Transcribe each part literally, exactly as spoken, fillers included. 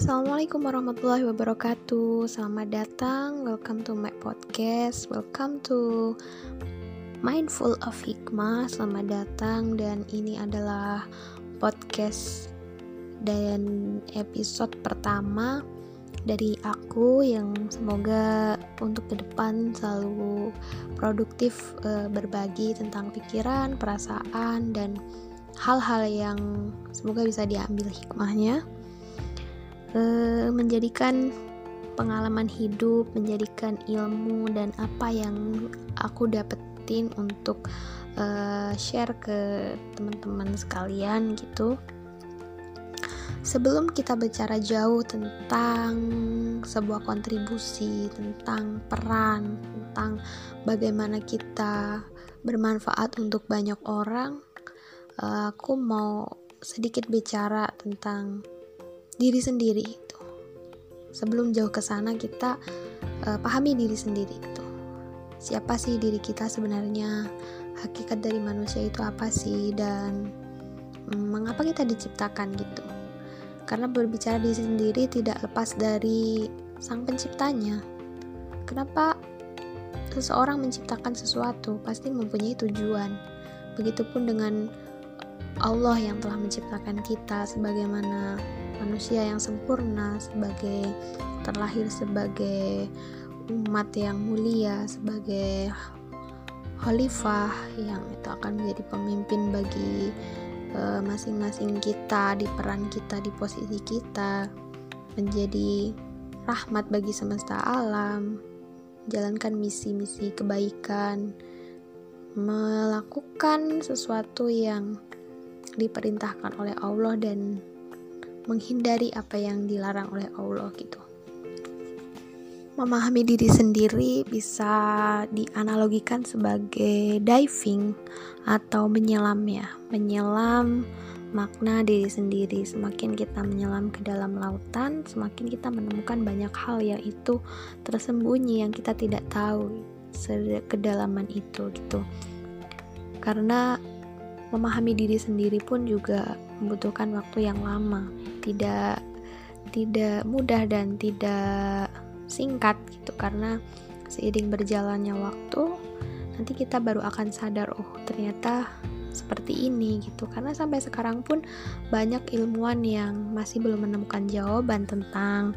Assalamualaikum warahmatullahi wabarakatuh. Selamat datang, welcome to my podcast, welcome to Mindful of Hikmah. Selamat datang, dan ini adalah podcast dan episode pertama dari aku yang semoga untuk ke depan selalu produktif, e, berbagi tentang pikiran, perasaan, dan hal-hal yang semoga bisa diambil hikmahnya. Menjadikan pengalaman hidup, menjadikan ilmu dan apa yang aku dapetin untuk uh, share ke teman-teman sekalian gitu. Sebelum kita bicara jauh tentang sebuah kontribusi, tentang peran, tentang bagaimana kita bermanfaat untuk banyak orang, uh, aku mau sedikit bicara tentang diri sendiri itu. Sebelum jauh ke sana, kita uh, pahami diri sendiri itu. Siapa sih diri kita sebenarnya? Hakikat dari manusia itu apa sih? Dan mm, mengapa kita diciptakan gitu? Karena berbicara diri sendiri tidak lepas dari sang penciptanya. Kenapa seseorang menciptakan sesuatu? Pasti mempunyai tujuan. Begitupun dengan Allah yang telah menciptakan kita sebagaimana manusia yang sempurna, sebagai terlahir sebagai umat yang mulia, sebagai khalifah yang itu akan menjadi pemimpin bagi uh, masing-masing kita di peran kita, di posisi kita, menjadi rahmat bagi semesta alam, menjalankan misi-misi kebaikan, melakukan sesuatu yang diperintahkan oleh Allah dan menghindari apa yang dilarang oleh Allah gitu. Memahami diri sendiri bisa dianalogikan sebagai diving atau menyelam ya. Menyelam makna diri sendiri. Semakin kita menyelam ke dalam lautan, semakin kita menemukan banyak hal yang itu tersembunyi yang kita tidak tahu kedalaman itu gitu. Karena memahami diri sendiri pun juga membutuhkan waktu yang lama, tidak tidak mudah dan tidak singkat gitu, karena seiring berjalannya waktu nanti kita baru akan sadar, oh ternyata seperti ini gitu. Karena sampai sekarang pun banyak ilmuwan yang masih belum menemukan jawaban tentang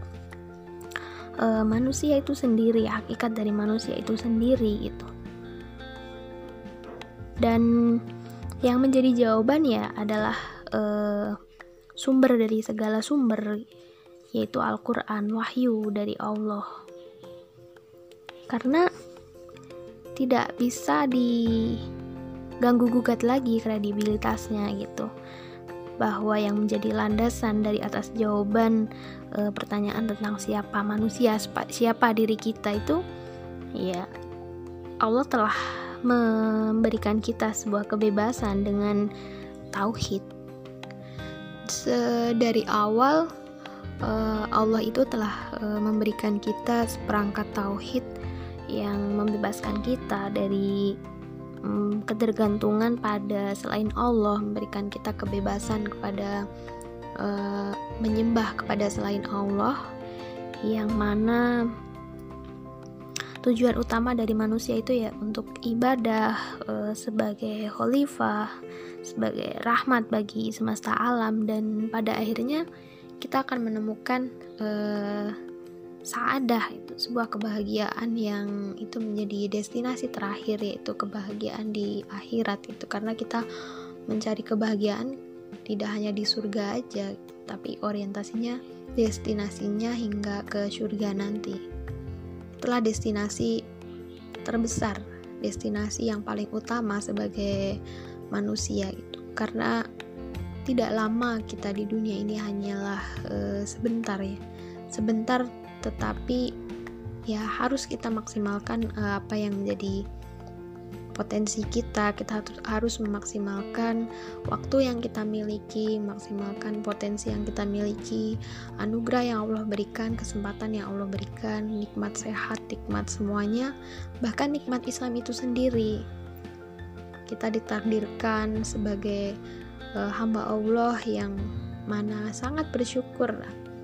uh, manusia itu sendiri, hakikat dari manusia itu sendiri gitu. Dan yang menjadi jawaban ya adalah uh, sumber dari segala sumber, yaitu Al-Quran, wahyu dari Allah. Karena tidak bisa diganggu gugat lagi kredibilitasnya gitu, bahwa yang menjadi landasan dari atas jawaban uh, pertanyaan tentang siapa manusia, siapa diri kita itu, ya Allah telah memberikan kita sebuah kebebasan dengan tauhid. Dari awal uh, Allah itu telah uh, memberikan kita seperangkat tauhid yang membebaskan kita dari um, ketergantungan pada selain Allah, memberikan kita kebebasan kepada uh, menyembah kepada selain Allah, yang mana tujuan utama dari manusia itu ya untuk ibadah e, sebagai khalifah, sebagai rahmat bagi semesta alam, dan pada akhirnya kita akan menemukan e, saadah, itu sebuah kebahagiaan yang itu menjadi destinasi terakhir, yaitu kebahagiaan di akhirat itu. Karena kita mencari kebahagiaan tidak hanya di surga aja, tapi orientasinya, destinasinya hingga ke surga nanti. Itulah destinasi terbesar, destinasi yang paling utama sebagai manusia gitu. Karena tidak lama kita di dunia ini, hanyalah e, sebentar ya, sebentar, tetapi ya harus kita maksimalkan e, apa yang menjadi potensi kita. Kita harus memaksimalkan waktu yang kita miliki, maksimalkan potensi yang kita miliki, anugerah yang Allah berikan, kesempatan yang Allah berikan, nikmat sehat, nikmat semuanya, bahkan nikmat Islam itu sendiri. Kita ditakdirkan sebagai uh, hamba Allah yang mana sangat bersyukur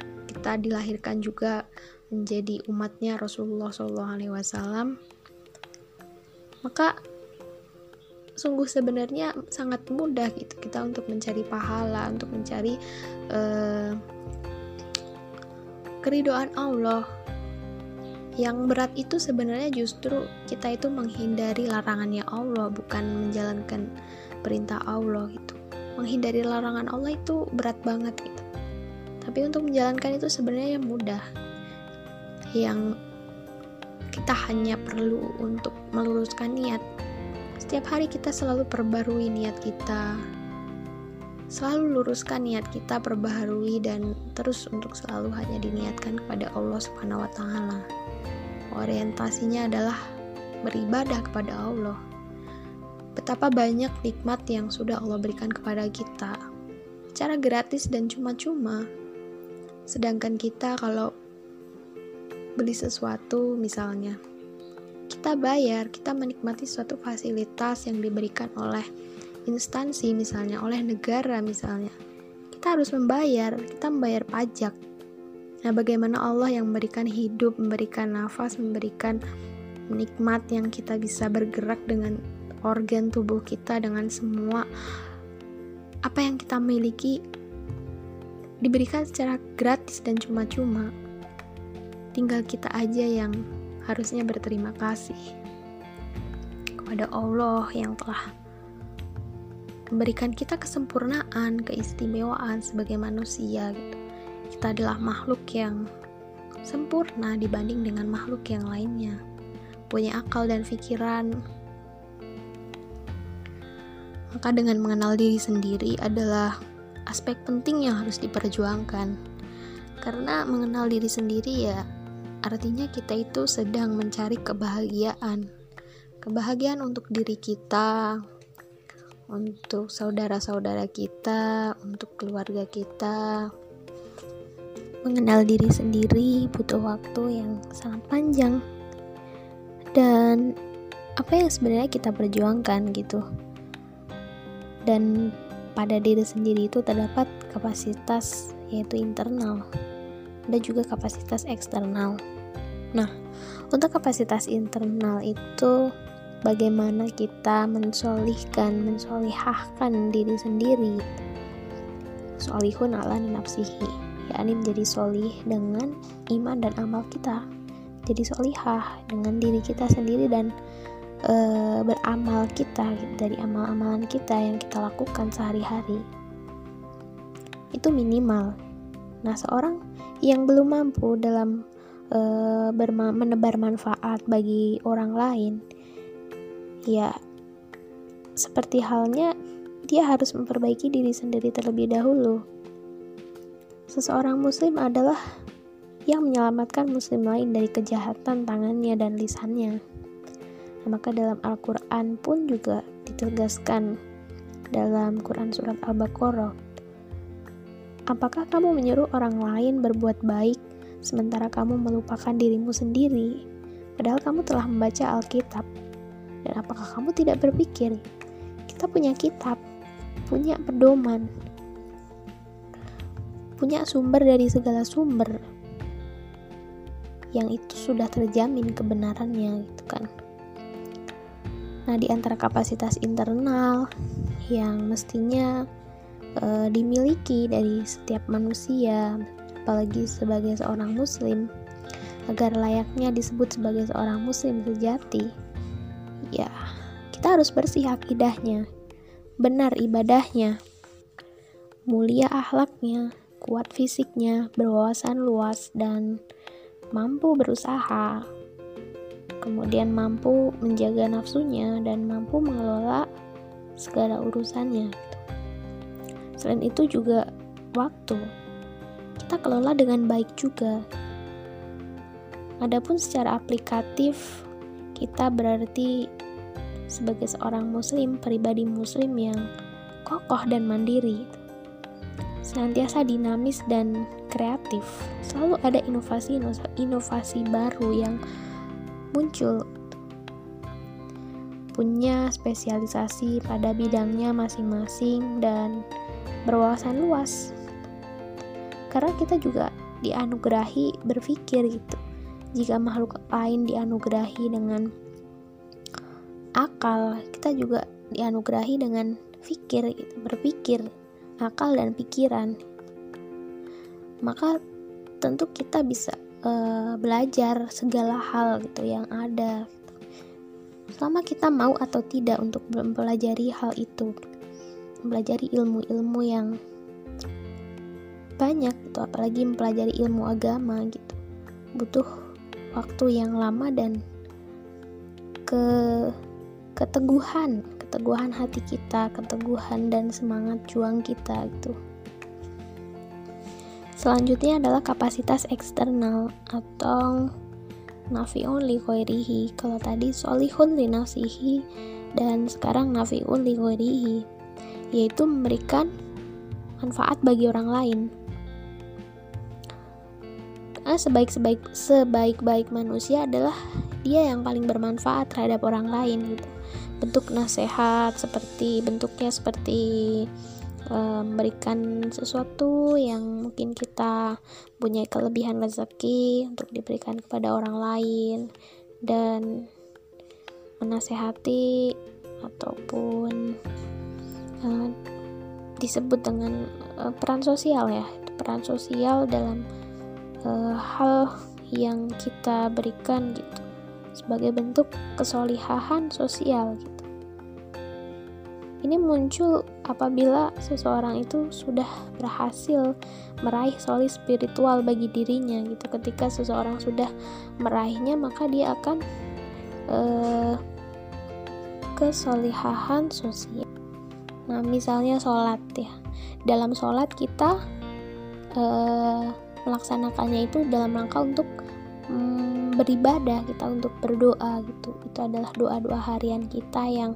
kita dilahirkan juga menjadi umatnya Rasulullah shallallahu alaihi wasallam, maka sungguh sebenarnya sangat mudah gitu kita untuk mencari pahala, untuk mencari uh, keridhaan Allah. Yang berat itu sebenarnya justru kita itu menghindari larangannya Allah, bukan menjalankan perintah Allah gitu. Menghindari larangan Allah itu berat banget gitu. Tapi untuk menjalankan itu sebenarnya mudah. Yang kita hanya perlu untuk meluruskan niat. Setiap hari kita selalu perbarui niat kita. Selalu luruskan niat kita, perbaharui, dan terus untuk selalu hanya diniatkan kepada Allah Subhanahu wa taala. Orientasinya adalah beribadah kepada Allah. Betapa banyak nikmat yang sudah Allah berikan kepada kita secara gratis dan cuma-cuma. Sedangkan kita kalau beli sesuatu misalnya, kita bayar, kita menikmati suatu fasilitas yang diberikan oleh instansi misalnya, oleh negara misalnya, kita harus membayar, kita membayar pajak. Nah, bagaimana Allah yang memberikan hidup, memberikan nafas, memberikan nikmat yang kita bisa bergerak dengan organ tubuh kita, dengan semua apa yang kita miliki, diberikan secara gratis dan cuma-cuma. Tinggal kita aja yang harusnya berterima kasih kepada Allah yang telah memberikan kita kesempurnaan, keistimewaan sebagai manusia gitu. Kita adalah makhluk yang sempurna dibanding dengan makhluk yang lainnya, punya akal dan pikiran. Maka dengan mengenal diri sendiri adalah aspek penting yang harus diperjuangkan. Karena mengenal diri sendiri ya artinya kita itu sedang mencari kebahagiaan. Kebahagiaan untuk diri kita, untuk saudara-saudara kita, untuk keluarga kita. Mengenal diri sendiri butuh waktu yang sangat panjang. Dan apa yang sebenarnya kita perjuangkan gitu. Dan pada diri sendiri itu terdapat kapasitas yaitu internal. Ada juga kapasitas eksternal. Nah, untuk kapasitas internal itu bagaimana kita mensolihkan, mensolihahkan diri sendiri. Solihun ala nafsihi, yakni menjadi solih dengan iman dan amal kita. Jadi solihah dengan diri kita sendiri dan e, beramal kita dari amal-amalan kita yang kita lakukan sehari-hari. Itu minimal. Nah, seorang yang belum mampu dalam e, berma- menebar manfaat bagi orang lain, ya seperti halnya dia harus memperbaiki diri sendiri terlebih dahulu. Seseorang muslim adalah yang menyelamatkan muslim lain dari kejahatan tangannya dan lisannya. Nah, maka dalam Al-Quran pun juga ditegaskan dalam Quran surat Al-Baqarah, apakah kamu menyuruh orang lain berbuat baik sementara kamu melupakan dirimu sendiri, padahal kamu telah membaca Alkitab? Dan apakah kamu tidak berpikir, kita punya kitab, punya pedoman, punya sumber dari segala sumber yang itu sudah terjamin kebenarannya gitu kan. Nah, di antara kapasitas internal yang mestinya e, dimiliki dari setiap manusia, apalagi sebagai seorang muslim, agar layaknya disebut sebagai seorang muslim sejati, ya kita harus bersih akidahnya, benar ibadahnya, mulia akhlaknya, kuat fisiknya, berwawasan luas, dan mampu berusaha. Kemudian mampu menjaga nafsunya dan mampu mengelola segala urusannya. Selain itu juga waktu. Kita kelola dengan baik juga. Adapun secara aplikatif, kita berarti sebagai seorang muslim, pribadi muslim yang kokoh dan mandiri, senantiasa dinamis dan kreatif. Selalu ada inovasi-inovasi baru yang muncul, punya spesialisasi pada bidangnya masing-masing dan berwawasan luas. Karena kita juga dianugerahi berpikir gitu. Jika makhluk lain dianugerahi dengan akal, kita juga dianugerahi dengan pikir gitu, berpikir, akal dan pikiran. Maka tentu kita bisa uh, belajar segala hal gitu yang ada gitu. Selama kita mau atau tidak untuk mempelajari hal itu, mempelajari ilmu-ilmu yang banyak gitu, apalagi mempelajari ilmu agama gitu, butuh waktu yang lama dan ke keteguhan, keteguhan hati kita, keteguhan dan semangat juang kita gitu. Selanjutnya adalah kapasitas eksternal atau nafi'un li ghairihi. Kalau tadi solihun li nafsihi dan sekarang nafi'un li ghairihi, yaitu memberikan manfaat bagi orang lain. Nah, sebaik-sebaik sebaik-baik manusia adalah dia yang paling bermanfaat terhadap orang lain gitu. Bentuk nasihat seperti bentuknya seperti e, memberikan sesuatu yang mungkin kita punya kelebihan rezeki untuk diberikan kepada orang lain, dan menasehati ataupun e, disebut dengan e, peran sosial ya, peran sosial dalam e, hal yang kita berikan gitu, sebagai bentuk kesolihahan sosial gitu. Ini muncul apabila seseorang itu sudah berhasil meraih solih spiritual bagi dirinya gitu. Ketika seseorang sudah meraihnya, maka dia akan uh, kesolihahan sosial. Nah, misalnya sholat ya. Dalam sholat kita uh, melaksanakannya itu dalam rangka untuk um, beribadah kita, untuk berdoa gitu. Itu adalah doa-doa harian kita yang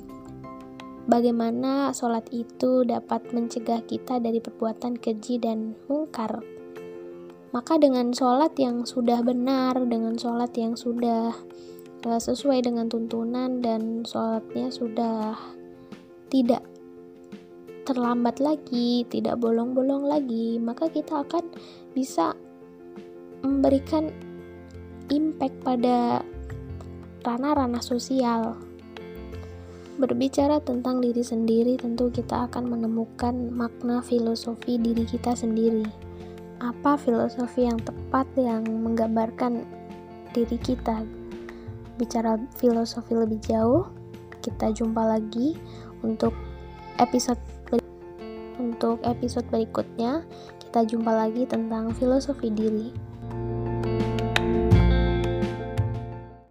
bagaimana sholat itu dapat mencegah kita dari perbuatan keji dan mungkar. Maka dengan sholat yang sudah benar, dengan sholat yang sudah uh, sesuai dengan tuntunan, dan sholatnya sudah tidak terlambat lagi, tidak bolong-bolong lagi, maka kita akan bisa memberikan impact pada ranah-ranah sosial. Berbicara tentang diri sendiri, tentu kita akan menemukan makna filosofi diri kita sendiri. Apa filosofi yang tepat yang menggambarkan diri kita? Bicara filosofi lebih jauh, kita jumpa lagi untuk episode ber- untuk episode berikutnya. Kita jumpa lagi tentang filosofi diri.